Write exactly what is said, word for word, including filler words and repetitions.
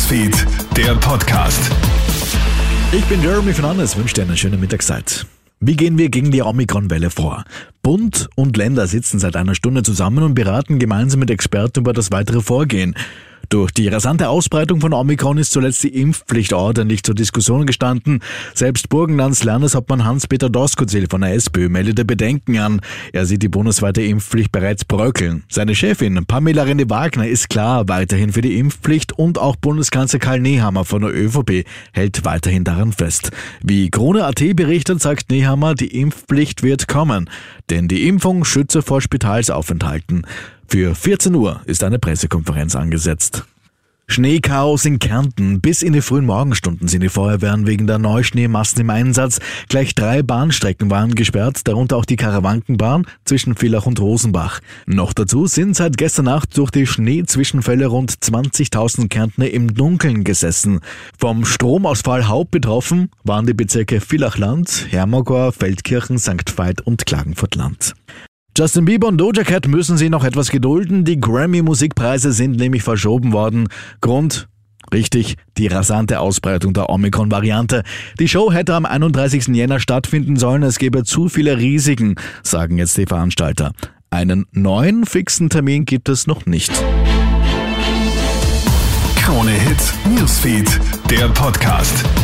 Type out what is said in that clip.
Newsfeed, der Podcast. Ich bin Jeremy Fernandes, wünsche dir eine schöne Mittagszeit. Wie gehen wir gegen die Omikron-Welle vor? Bund und Länder sitzen seit einer Stunde zusammen und beraten gemeinsam mit Experten über das weitere Vorgehen. Durch die rasante Ausbreitung von Omikron ist zuletzt die Impfpflicht ordentlich zur Diskussion gestanden. Selbst Burgenlands Landeshauptmann Hans-Peter Doskozil von der SPÖ meldete Bedenken an. Er sieht die bundesweite Impfpflicht bereits bröckeln. Seine Chefin Pamela Rendi-Wagner ist klar weiterhin für die Impfpflicht und auch Bundeskanzler Karl Nehammer von der ÖVP hält weiterhin daran fest. Wie Krone Punkt at berichtet, sagt Nehammer, die Impfpflicht wird kommen, denn die Impfung schütze vor Spitalsaufenthalten. Für vierzehn Uhr ist eine Pressekonferenz angesetzt. Schneechaos in Kärnten. Bis in die frühen Morgenstunden sind die Feuerwehren wegen der Neuschneemassen im Einsatz. Gleich drei Bahnstrecken waren gesperrt, darunter auch die Karawankenbahn zwischen Villach und Rosenbach. Noch dazu sind seit gestern Nacht durch die Schneezwischenfälle rund zwanzigtausend Kärntner im Dunkeln gesessen. Vom Stromausfall hauptbetroffen waren die Bezirke Villachland, Hermagor, Feldkirchen, Sankt Veit und Klagenfurt-Land. Justin Bieber und Doja Cat müssen sich noch etwas gedulden. Die Grammy-Musikpreise sind nämlich verschoben worden. Grund? Richtig, die rasante Ausbreitung der Omikron-Variante. Die Show hätte am einunddreißigsten Jänner stattfinden sollen. Es gäbe zu viele Risiken, sagen jetzt die Veranstalter. Einen neuen fixen Termin gibt es noch nicht. Krone Hit Newsfeed, der Podcast.